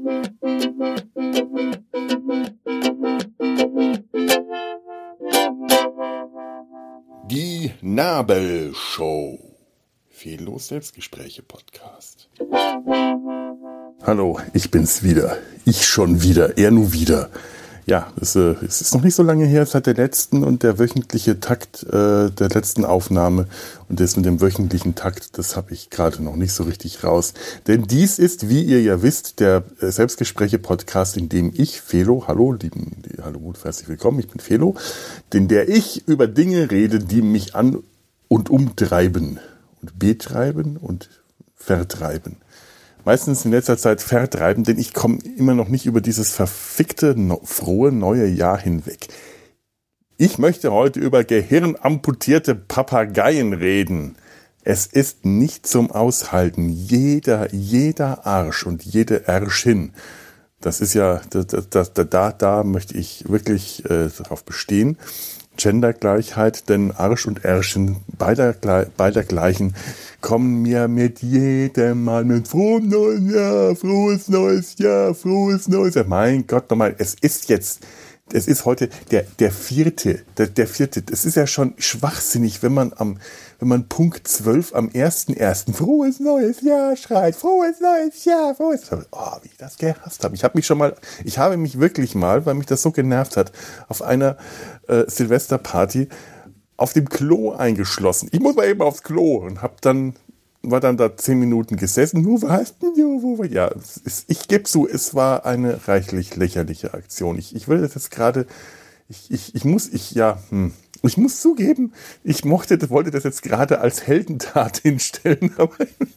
Die Nabelshow. Fehllos Selbstgespräche-Podcast. Hallo, ich bin's wieder. Ich schon wieder. Er nur wieder. Ja, es ist noch nicht so lange her seit der letzten und der wöchentliche Takt der letzten Aufnahme. Und das mit dem wöchentlichen Takt, das habe ich gerade noch nicht so richtig raus. Denn dies ist, wie ihr ja wisst, der Selbstgespräche-Podcast, in dem ich, Felo, hallo, hallo, herzlich willkommen, ich bin Felo, in der ich über Dinge rede, die mich an- und umtreiben und betreiben und vertreiben. Meistens in letzter Zeit vertreiben, denn ich komme immer noch nicht über dieses verfickte, frohe neue Jahr hinweg. Ich möchte heute über gehirnamputierte Papageien reden. Es ist nicht zum Aushalten. Jeder Arsch und jede Ärschin. Das ist ja, da möchte ich wirklich darauf bestehen. Gendergleichheit, denn Arsch und Ärschin beider gleichen kommen mir mit jedem Mal mit frohes neues Jahr, frohes neues Jahr, frohes neues Jahr. Mein Gott, nochmal, es ist heute der vierte. Es ist ja schon schwachsinnig, wenn man Punkt 12 am 1.1. frohes neues Jahr schreit, frohes neues Jahr, frohes neues Jahr. Oh, wie ich das gehasst habe. Ich habe mich wirklich mal, weil mich das so genervt hat, auf einer Silvesterparty auf dem Klo eingeschlossen. Ich muss mal eben aufs Klo und war dann da 10 Minuten gesessen. Wo warst du? Ja, ich gebe zu, es war eine reichlich lächerliche Aktion. Ich will das jetzt gerade, ich muss zugeben, wollte das jetzt gerade als Heldentat hinstellen, aber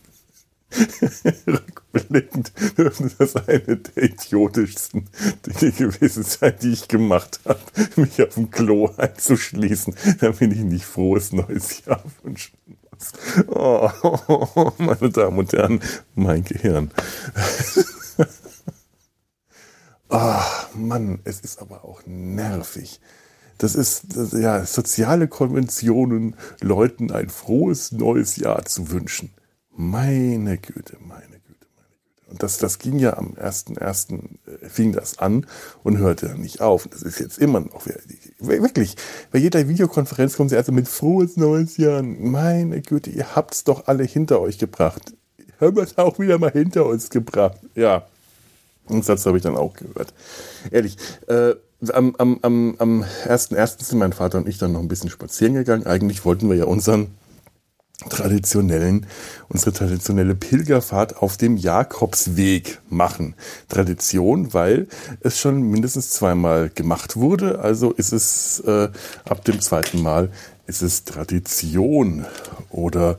rückblickend dürfte das eine der idiotischsten Dinge gewesen sein, die ich gemacht habe, mich auf dem Klo einzuschließen, damit ich nicht frohes neues Jahr wünschen muss. Oh, meine Damen und Herren, mein Gehirn. Mann, es ist aber auch nervig. Das ist soziale Konventionen, Leuten ein frohes neues Jahr zu wünschen. Meine Güte. Und das ging ja am 1.1. Fing das an und hörte dann nicht auf. Das ist jetzt immer noch, wirklich, bei jeder Videokonferenz kommen sie also mit frohes neues Jahr. Meine Güte, ihr habt's doch alle hinter euch gebracht. Haben wir es auch wieder mal hinter uns gebracht. Ja, den Satz habe ich dann auch gehört. Ehrlich, am 1.1. sind mein Vater und ich dann noch ein bisschen spazieren gegangen. Eigentlich wollten wir ja unsere traditionelle Pilgerfahrt auf dem Jakobsweg machen. Tradition, weil es schon mindestens 2-mal gemacht wurde. Also ist es ab dem 2. Mal ist es Tradition. Oder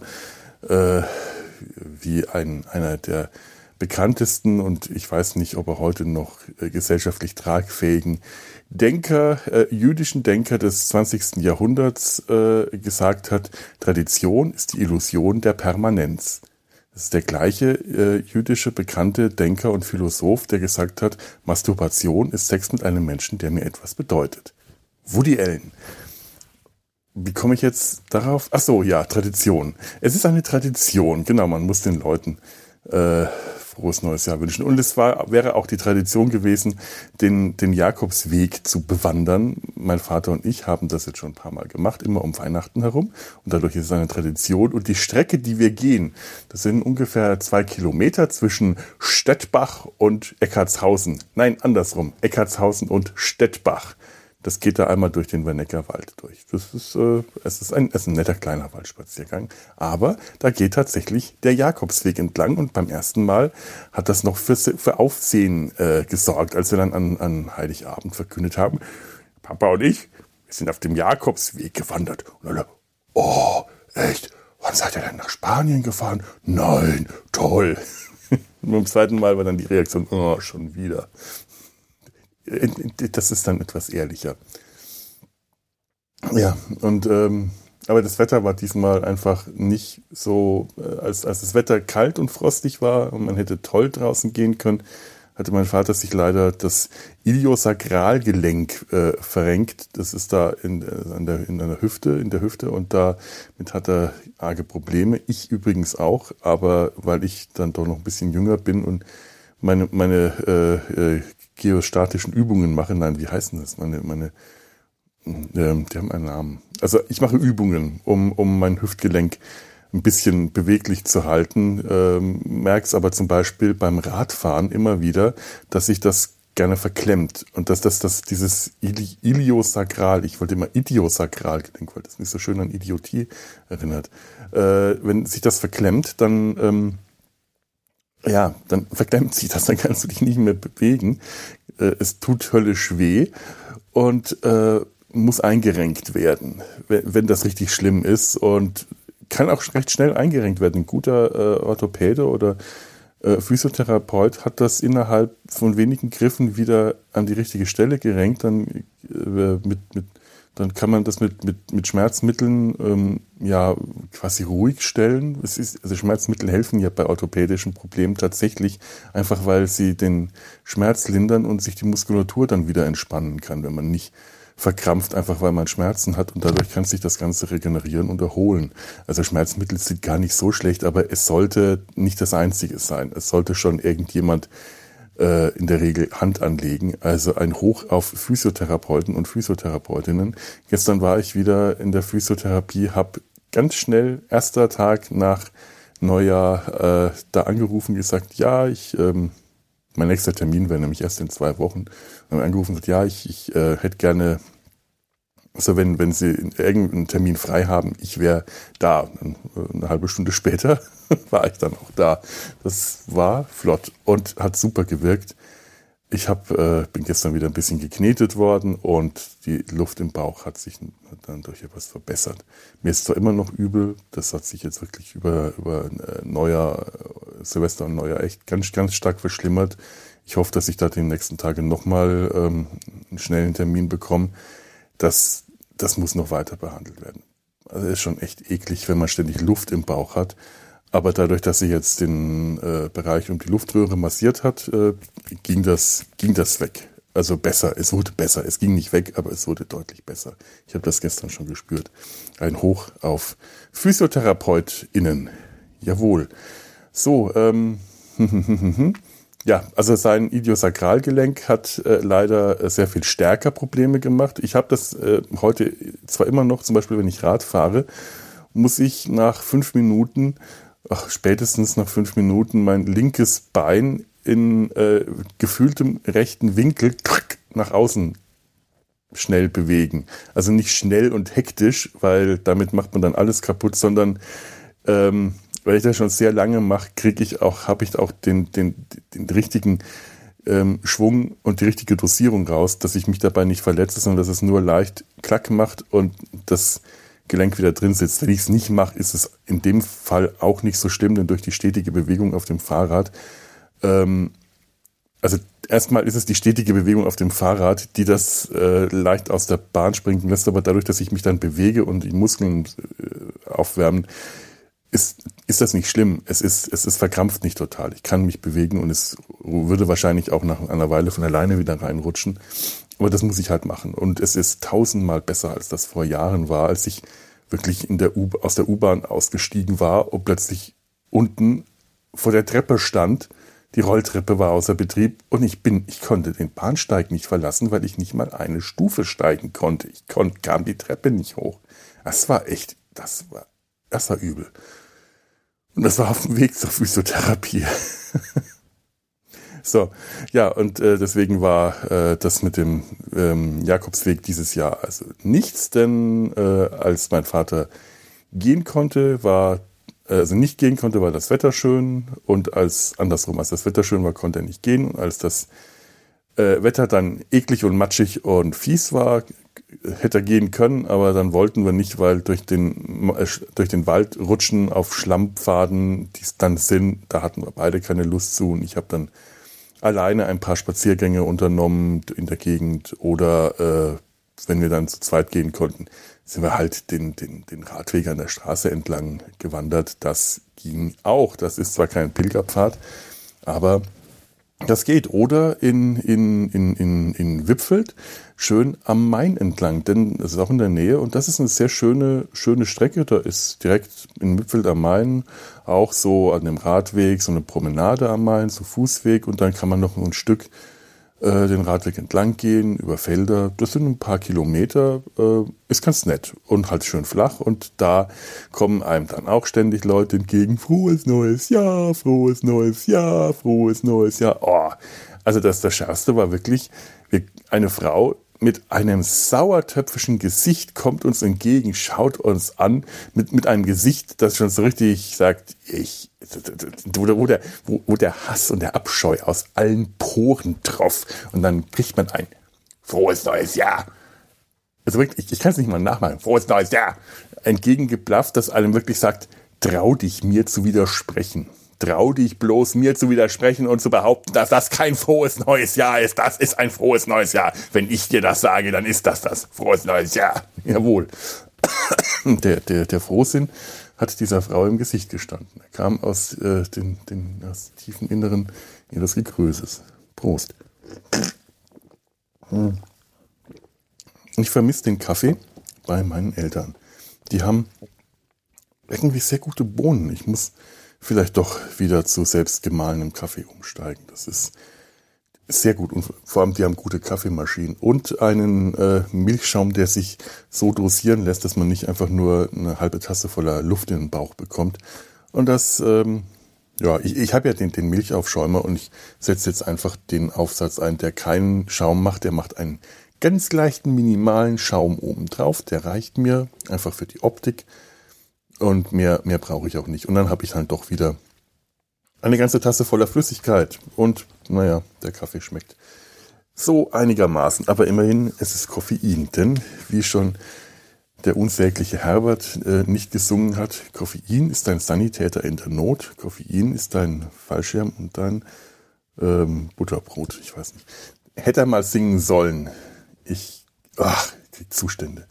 wie einer der bekanntesten und ich weiß nicht, ob er heute noch gesellschaftlich tragfähigen jüdischen Denker des 20. Jahrhunderts gesagt hat, Tradition ist die Illusion der Permanenz. Das ist der gleiche jüdische bekannte Denker und Philosoph, der gesagt hat, Masturbation ist Sex mit einem Menschen, der mir etwas bedeutet. Woody Allen. Wie komme ich jetzt darauf? Ach so, ja, Tradition. Es ist eine Tradition, genau, man muss den Leuten frohes neues Jahr wünschen. Und es wäre auch die Tradition gewesen, den Jakobsweg zu bewandern. Mein Vater und ich haben das jetzt schon ein paar Mal gemacht, immer um Weihnachten herum. Und dadurch ist es eine Tradition. Und die Strecke, die wir gehen, das sind ungefähr 2 Kilometer zwischen Stettbach und Eckartshausen. Nein, andersrum. Eckartshausen und Stettbach. Das geht da einmal durch den Wernecker-Wald durch. Es ist ein netter kleiner Waldspaziergang. Aber da geht tatsächlich der Jakobsweg entlang. Und beim ersten Mal hat das noch für Aufsehen gesorgt, als wir dann an Heiligabend verkündet haben. Papa und ich, wir sind auf dem Jakobsweg gewandert. Und alle, oh, echt? Wann seid ihr denn nach Spanien gefahren? Nein, toll. Und beim 2. Mal war dann die Reaktion, oh, schon wieder. Das ist dann etwas ehrlicher. Ja, und aber das Wetter war diesmal einfach nicht so, als das Wetter kalt und frostig war und man hätte toll draußen gehen können, hatte mein Vater sich leider das Iliosakralgelenk verrenkt. Das ist da in der Hüfte und damit hat er arge Probleme. Ich übrigens auch, aber weil ich dann doch noch ein bisschen jünger bin und meine geostatischen Übungen mache. Nein, wie heißen das? Die haben einen Namen. Also ich mache Übungen, um mein Hüftgelenk ein bisschen beweglich zu halten. Merke es aber zum Beispiel beim Radfahren immer wieder, dass sich das gerne verklemmt und dass dieses Iliosakral, ich wollte immer Idiosakral denken, weil das mich so schön an Idiotie erinnert. Wenn sich das verklemmt, dann verklemmt sich das, dann kannst du dich nicht mehr bewegen. Es tut höllisch weh und muss eingerenkt werden, wenn das richtig schlimm ist, und kann auch recht schnell eingerenkt werden. Ein guter Orthopäde oder Physiotherapeut hat das innerhalb von wenigen Griffen wieder an die richtige Stelle gerenkt. Dann kann man das mit Schmerzmitteln quasi ruhig stellen. Also Schmerzmittel helfen ja bei orthopädischen Problemen tatsächlich, einfach weil sie den Schmerz lindern und sich die Muskulatur dann wieder entspannen kann, wenn man nicht verkrampft, einfach weil man Schmerzen hat, und dadurch kann sich das Ganze regenerieren und erholen. Also Schmerzmittel sind gar nicht so schlecht, aber es sollte nicht das Einzige sein. Es sollte schon irgendjemand in der Regel Hand anlegen. Also ein Hoch auf Physiotherapeuten und Physiotherapeutinnen. Gestern war ich wieder in der Physiotherapie, habe ganz schnell, erster Tag nach Neujahr, da angerufen, gesagt, ja, mein nächster Termin wäre nämlich erst in 2 Wochen. Dann angerufen und gesagt, ja, ich hätte gerne, also wenn Sie irgendeinen Termin frei haben, ich wäre da. Eine halbe Stunde später war ich dann auch da. Das war flott und hat super gewirkt. Ich bin gestern wieder ein bisschen geknetet worden und die Luft im Bauch hat sich dann durch etwas verbessert. Mir ist zwar immer noch übel, das hat sich jetzt wirklich über Neujahr, Silvester und Neujahr echt ganz, ganz stark verschlimmert. Ich hoffe, dass ich da die nächsten Tage nochmal einen schnellen Termin bekomme. Das muss noch weiter behandelt werden. Also es ist schon echt eklig, wenn man ständig Luft im Bauch hat. Aber dadurch, dass sie jetzt den Bereich um die Luftröhre massiert hat, ging das weg. Also besser, es wurde besser. Es ging nicht weg, aber es wurde deutlich besser. Ich habe das gestern schon gespürt. Ein Hoch auf PhysiotherapeutInnen. Jawohl. So, ja, also sein Idiosakralgelenk hat leider sehr viel stärker Probleme gemacht. Ich habe das heute zwar immer noch, zum Beispiel wenn ich Rad fahre, muss ich nach 5 Minuten, spätestens nach 5 Minuten mein linkes Bein in gefühltem rechten Winkel nach außen schnell bewegen. Also nicht schnell und hektisch, weil damit macht man dann alles kaputt, sondern weil ich das schon sehr lange mache, habe ich auch den richtigen Schwung und die richtige Dosierung raus, dass ich mich dabei nicht verletze, sondern dass es nur leicht Klack macht und das Gelenk wieder drin sitzt. Wenn ich es nicht mache, ist es in dem Fall auch nicht so schlimm, denn durch die stetige Bewegung auf dem Fahrrad, also erstmal ist es die stetige Bewegung auf dem Fahrrad, die das leicht aus der Bahn springen lässt, aber dadurch, dass ich mich dann bewege und die Muskeln aufwärmen, ist das nicht schlimm. Es ist verkrampft nicht total. Ich kann mich bewegen und es würde wahrscheinlich auch nach einer Weile von alleine wieder reinrutschen. Aber das muss ich halt machen. Und es ist 1000-mal besser, als das vor Jahren war, als ich wirklich aus der U-Bahn ausgestiegen war und plötzlich unten vor der Treppe stand. Die Rolltreppe war außer Betrieb und ich konnte den Bahnsteig nicht verlassen, weil ich nicht mal eine Stufe steigen konnte. Kam die Treppe nicht hoch. Das war übel. Und das war auf dem Weg zur Physiotherapie. So, ja, und deswegen war das mit dem Jakobsweg dieses Jahr also nichts, denn als mein Vater nicht gehen konnte, war das Wetter schön, und als das Wetter schön war, konnte er nicht gehen, und als das Wetter dann eklig und matschig und fies war, hätte er gehen können, aber dann wollten wir nicht, weil durch den Wald rutschen auf Schlammpfaden, die es dann sind, da hatten wir beide keine Lust zu, und ich habe dann alleine ein paar Spaziergänge unternommen in der Gegend, oder wenn wir dann zu zweit gehen konnten, sind wir halt den Radweg an der Straße entlang gewandert. Das ging auch. Das ist zwar kein Pilgerpfad, aber Das geht. Oder in Wippfeld, schön am Main entlang, denn das ist auch in der Nähe und das ist eine sehr schöne Strecke. Da ist direkt in Wippfeld am Main auch so an dem Radweg so eine Promenade am Main, so Fußweg und dann kann man noch ein Stück den Radweg entlang gehen, über Felder. Das sind ein paar Kilometer, ist ganz nett und halt schön flach und da kommen einem dann auch ständig Leute entgegen. Frohes neues Jahr, frohes neues Jahr, frohes neues Jahr. Oh, also das Schärfste war wirklich, eine Frau mit einem sauertöpfischen Gesicht kommt uns entgegen, schaut uns an, mit einem Gesicht, das schon so richtig sagt, wo der Hass und der Abscheu aus allen Poren troff. Und dann kriegt man ein frohes neues Jahr. Also wirklich, ich kann es nicht mal nachmachen. Frohes neues Jahr. Entgegengeblafft, das einem wirklich sagt, trau dich mir zu widersprechen. Trau dich bloß mir zu widersprechen und zu behaupten, dass das kein frohes neues Jahr ist. Das ist ein frohes neues Jahr. Wenn ich dir das sage, dann ist das frohes neues Jahr. Jawohl. Der Frohsinn hat dieser Frau im Gesicht gestanden. Er kam aus aus tiefen Inneren ihres Gegrößes. Prost. Ich vermisse den Kaffee bei meinen Eltern. Die haben irgendwie sehr gute Bohnen. Ich muss vielleicht doch wieder zu selbstgemahlenem Kaffee umsteigen. Das ist sehr gut und vor allem die haben gute Kaffeemaschinen und einen Milchschaum, der sich so dosieren lässt, dass man nicht einfach nur eine halbe Tasse voller Luft in den Bauch bekommt. Und das, ich habe ja den Milchaufschäumer und ich setze jetzt einfach den Aufsatz ein, der keinen Schaum macht, der macht einen ganz leichten minimalen Schaum oben drauf. Der reicht mir einfach für die Optik. Und mehr brauche ich auch nicht. Und dann habe ich dann doch wieder eine ganze Tasse voller Flüssigkeit. Und naja, der Kaffee schmeckt so einigermaßen. Aber immerhin, es ist Koffein. Denn wie schon der unsägliche Herbert nicht gesungen hat, Koffein ist dein Sanitäter in der Not. Koffein ist dein Fallschirm und dein Butterbrot. Ich weiß nicht. Hätte er mal singen sollen. Ich krieg Zustände.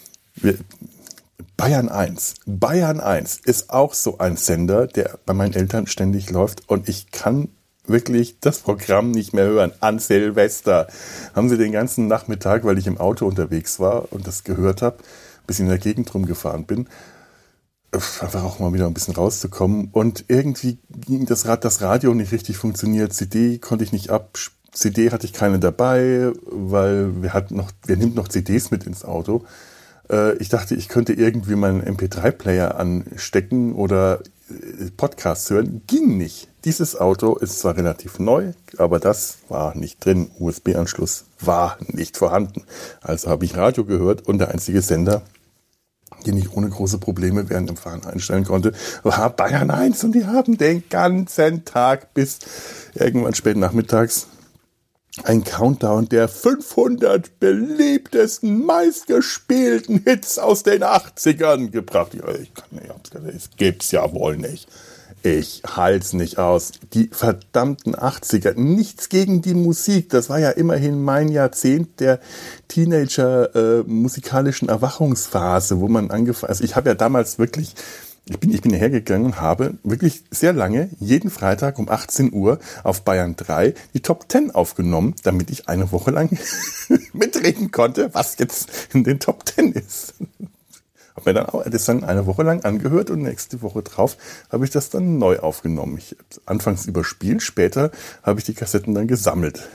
Bayern 1 ist auch so ein Sender, der bei meinen Eltern ständig läuft und ich kann wirklich das Programm nicht mehr hören. An Silvester haben sie den ganzen Nachmittag, weil ich im Auto unterwegs war und das gehört habe, bis ich in der Gegend rumgefahren bin, einfach auch mal wieder ein bisschen rauszukommen und irgendwie ging das Radio nicht richtig funktioniert, CD konnte ich nicht CD hatte ich keine dabei, weil wir nimmt noch CDs mit ins Auto. Ich dachte, ich könnte irgendwie meinen MP3-Player anstecken oder Podcasts hören. Ging nicht. Dieses Auto ist zwar relativ neu, aber das war nicht drin. USB-Anschluss war nicht vorhanden. Also habe ich Radio gehört und der einzige Sender, den ich ohne große Probleme während dem Fahren einstellen konnte, war Bayern 1 und die haben den ganzen Tag bis irgendwann spät nachmittags ein Countdown der 500 beliebtesten, meistgespielten Hits aus den 80ern gebracht. Das gibt's ja wohl nicht. Ich halt's nicht aus. Die verdammten 80er. Nichts gegen die Musik. Das war ja immerhin mein Jahrzehnt der Teenager-musikalischen Erwachungsphase, wo man angefangen... Also ich habe ja damals wirklich... Ich bin hergegangen und habe wirklich sehr lange, jeden Freitag um 18 Uhr auf Bayern 3 die Top 10 aufgenommen, damit ich eine Woche lang mitreden konnte, was jetzt in den Top 10 ist. Habe mir dann auch das dann eine Woche lang angehört und nächste Woche drauf habe ich das dann neu aufgenommen. Ich anfangs überspielt, später habe ich die Kassetten dann gesammelt.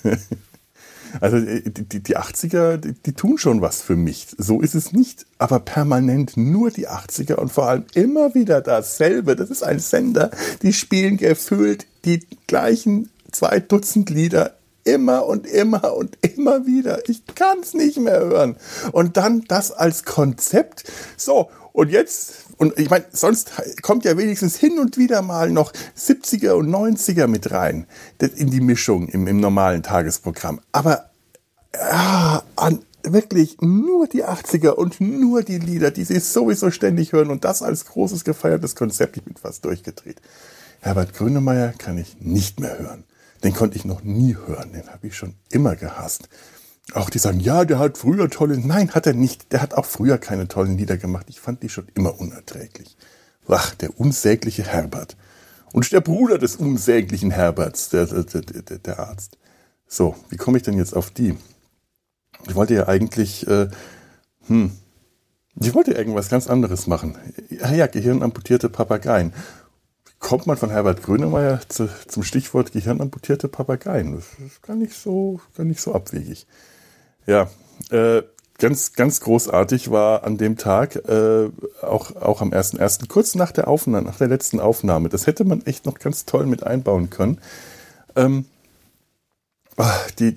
Also die 80er, die tun schon was für mich. So ist es nicht, aber permanent nur die 80er und vor allem immer wieder dasselbe. Das ist ein Sender, die spielen gefühlt die gleichen 2 Dutzend Lieder immer und immer und immer wieder. Ich kann es nicht mehr hören. Und dann das als Konzept. So, und jetzt... Und ich meine, sonst kommt ja wenigstens hin und wieder mal noch 70er und 90er mit rein in die Mischung im normalen Tagesprogramm. Aber wirklich nur die 80er und nur die Lieder, die sie sowieso ständig hören und das als großes gefeiertes Konzept. Ich bin fast durchgedreht. Herbert Grönemeyer kann ich nicht mehr hören. Den konnte ich noch nie hören. Den habe ich schon immer gehasst. Auch die sagen, ja, der hat früher Nein, hat er nicht. Der hat auch früher keine tollen Lieder gemacht. Ich fand die schon immer unerträglich. Der unsägliche Herbert. Und der Bruder des unsäglichen Herberts, der Arzt. So, wie komme ich denn jetzt auf die? Ich wollte ja eigentlich, ich wollte irgendwas ganz anderes machen. Ja, gehirnamputierte Papageien. Wie kommt man von Herbert Grönemeyer zum Stichwort gehirnamputierte Papageien? Das ist gar nicht so abwegig. Ja, ganz, ganz großartig war an dem Tag, auch am 1.1., kurz nach der Aufnahme, nach der letzten Aufnahme. Das hätte man echt noch ganz toll mit einbauen können. Die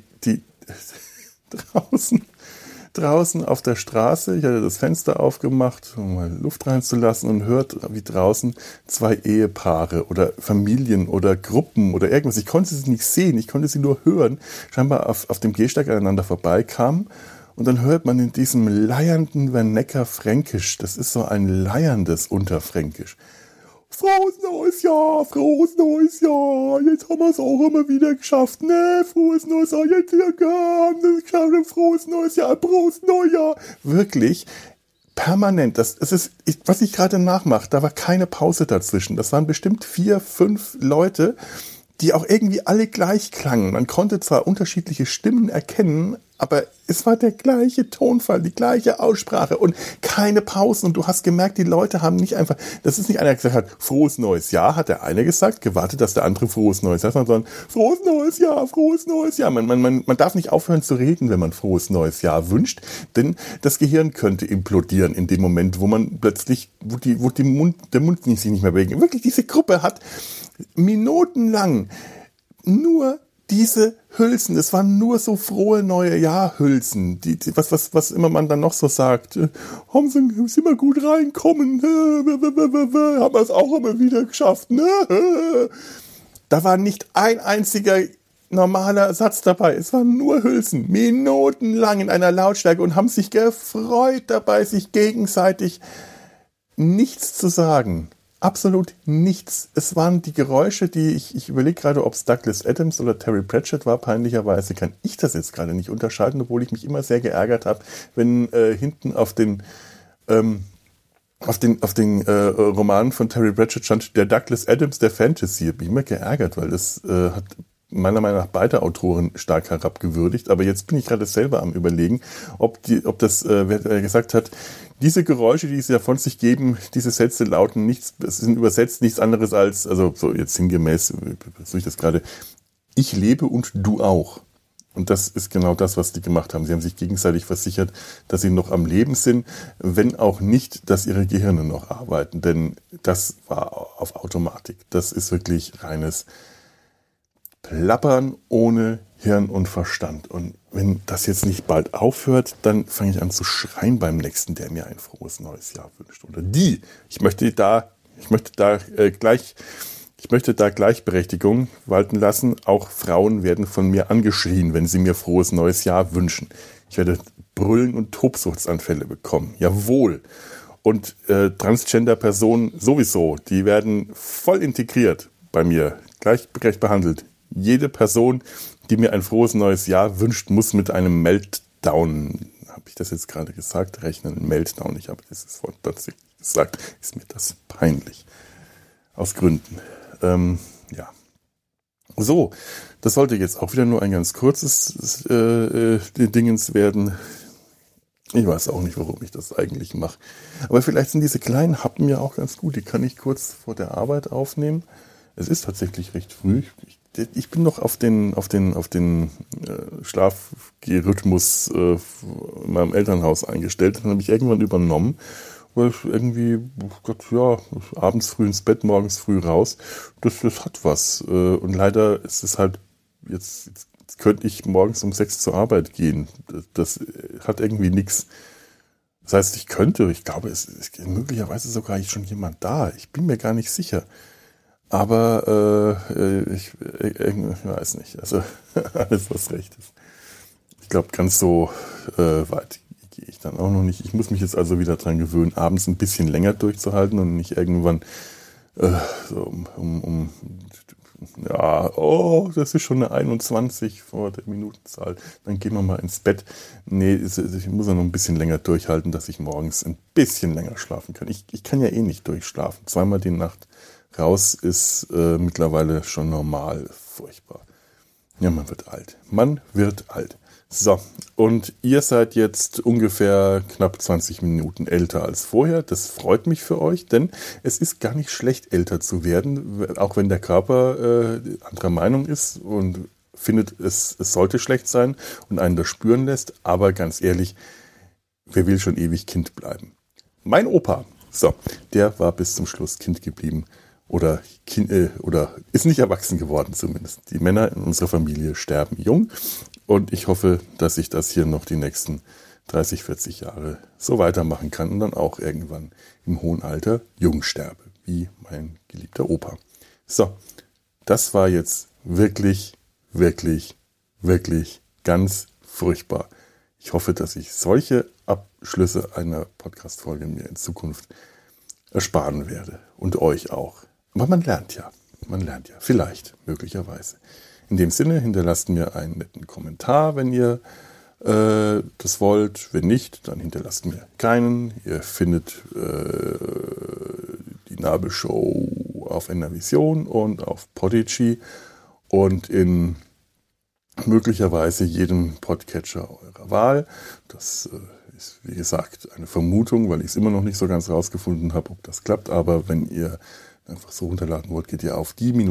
draußen auf der Straße, ich hatte das Fenster aufgemacht, um mal Luft reinzulassen und hört, wie draußen 2 Ehepaare oder Familien oder Gruppen oder irgendwas, ich konnte sie nicht sehen, ich konnte sie nur hören, scheinbar auf dem Gehsteig aneinander vorbeikamen. Und dann hört man in diesem leiernden Wernecker Fränkisch, das ist so ein leierndes Unterfränkisch. Frohes neues Jahr, jetzt haben wir es auch immer wieder geschafft, ne, frohes neues Jahr, jetzt haben wir es geschafft, frohes neues Jahr, Prost Neujahr. Wirklich, permanent, das ist, was ich gerade nachmache, da war keine Pause dazwischen, das waren bestimmt 4, 5 Leute, die auch irgendwie alle gleich klangen. Man konnte zwar unterschiedliche Stimmen erkennen, aber es war der gleiche Tonfall, die gleiche Aussprache und keine Pausen. Und du hast gemerkt, die Leute haben nicht einfach, das ist nicht einer, der gesagt hat, frohes neues Jahr, hat der eine gesagt, gewartet, dass der andere frohes neues Jahr sagt, sondern frohes neues Jahr, frohes neues Jahr. Man darf nicht aufhören zu reden, wenn man frohes neues Jahr wünscht, denn das Gehirn könnte implodieren in dem Moment, wo man plötzlich, wo der Mund sich nicht mehr bewegt. Wirklich, diese Gruppe hat minutenlang nur diese Hülsen, es waren nur so frohe neue Jahrhülsen, was immer man dann noch so sagt. Sind wir gut reinkommen, haben wir es auch immer wieder geschafft. Da war nicht ein einziger normaler Satz dabei, es waren nur Hülsen, minutenlang in einer Lautstärke und haben sich gefreut dabei, sich gegenseitig nichts zu sagen. Absolut nichts. Es waren die Geräusche, die ich überlege gerade, ob es Douglas Adams oder Terry Pratchett war. Peinlicherweise kann ich das jetzt gerade nicht unterscheiden, obwohl ich mich immer sehr geärgert habe, wenn hinten auf den Romanen von Terry Pratchett stand der Douglas Adams der Fantasy. Ich bin immer geärgert, weil das hat meiner Meinung nach beide Autoren stark herabgewürdigt. Aber jetzt bin ich gerade selber am Überlegen, ob wer gesagt hat, diese Geräusche, die sie ja von sich geben, diese Sätze lauten sind übersetzt nichts anderes als, also so jetzt sinngemäß, versuche ich das gerade, ich lebe und du auch. Und das ist genau das, was die gemacht haben. Sie haben sich gegenseitig versichert, dass sie noch am Leben sind, wenn auch nicht, dass ihre Gehirne noch arbeiten. Denn das war auf Automatik. Das ist wirklich reines Plappern ohne Hirn und Verstand. Und wenn das jetzt nicht bald aufhört, dann fange ich an zu schreien beim Nächsten, der mir ein frohes neues Jahr wünscht. Oder die. Ich möchte da Gleichberechtigung walten lassen. Auch Frauen werden von mir angeschrien, wenn sie mir frohes neues Jahr wünschen. Ich werde Brüllen und Tobsuchtsanfälle bekommen. Jawohl. Und Transgender-Personen sowieso. Die werden voll integriert bei mir. Gleichberechtigt behandelt. Jede Person, die mir ein frohes neues Jahr wünscht, muss mit einem Meltdown, habe ich das jetzt gerade gesagt, rechnen, Meltdown, ich habe dieses Wort tatsächlich gesagt, ist mir das peinlich. Aus Gründen. Ja. So, das sollte jetzt auch wieder nur ein ganz kurzes Dingens werden. Ich weiß auch nicht, warum ich das eigentlich mache. Aber vielleicht sind diese kleinen Happen ja auch ganz gut. Die kann ich kurz vor der Arbeit aufnehmen. Es ist tatsächlich recht früh. Ich bin noch auf den Schlafrhythmus in meinem Elternhaus eingestellt. Den habe ich irgendwann übernommen, weil ich irgendwie, abends früh ins Bett, morgens früh raus. Das hat was. Und leider ist es halt, jetzt könnte ich morgens um 6 zur Arbeit gehen. Das hat irgendwie nichts. Das heißt, ich glaube, es ist möglicherweise sogar schon jemand da. Ich bin mir gar nicht sicher. Aber ich weiß nicht. Also alles, was recht ist. Ich glaube, ganz so weit gehe ich dann auch noch nicht. Ich muss mich jetzt also wieder dran gewöhnen, abends ein bisschen länger durchzuhalten und nicht irgendwann so das ist schon eine 21 vor der Minutenzahl. Dann gehen wir mal ins Bett. Nee, ich muss ja noch ein bisschen länger durchhalten, dass ich morgens ein bisschen länger schlafen kann. Ich kann ja eh nicht durchschlafen. Zweimal die Nacht Raus ist mittlerweile schon normal. Furchtbar. Ja, man wird alt. Man wird alt. So, und ihr seid jetzt ungefähr knapp 20 Minuten älter als vorher. Das freut mich für euch, denn es ist gar nicht schlecht, älter zu werden, auch wenn der Körper anderer Meinung ist und findet, es sollte schlecht sein und einen das spüren lässt. Aber ganz ehrlich, wer will schon ewig Kind bleiben? Mein Opa, so, der war bis zum Schluss Kind geblieben. Oder ist nicht erwachsen geworden zumindest. Die Männer in unserer Familie sterben jung und ich hoffe, dass ich das hier noch die nächsten 30, 40 Jahre so weitermachen kann und dann auch irgendwann im hohen Alter jung sterbe, wie mein geliebter Opa. So, das war jetzt wirklich, wirklich, wirklich ganz furchtbar. Ich hoffe, dass ich solche Abschlüsse einer Podcast-Folge mir in Zukunft ersparen werde und euch auch. Aber man lernt ja, vielleicht, möglicherweise. In dem Sinne, hinterlasst mir einen netten Kommentar, wenn ihr das wollt. Wenn nicht, dann hinterlasst mir keinen. Ihr findet die Nabelshow auf NRVision und auf Podigy und in möglicherweise jedem Podcatcher eurer Wahl. Das ist, wie gesagt, eine Vermutung, weil ich es immer noch nicht so ganz rausgefunden habe, ob das klappt. Aber wenn ihr einfach so runterladen wollt, geht ihr auf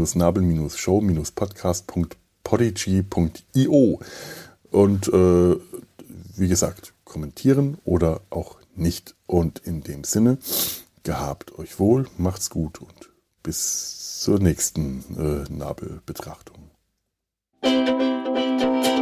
die-nabel-show-podcast.podigy.io und wie gesagt, kommentieren oder auch nicht. Und in dem Sinne, gehabt euch wohl, macht's gut und bis zur nächsten Nabelbetrachtung.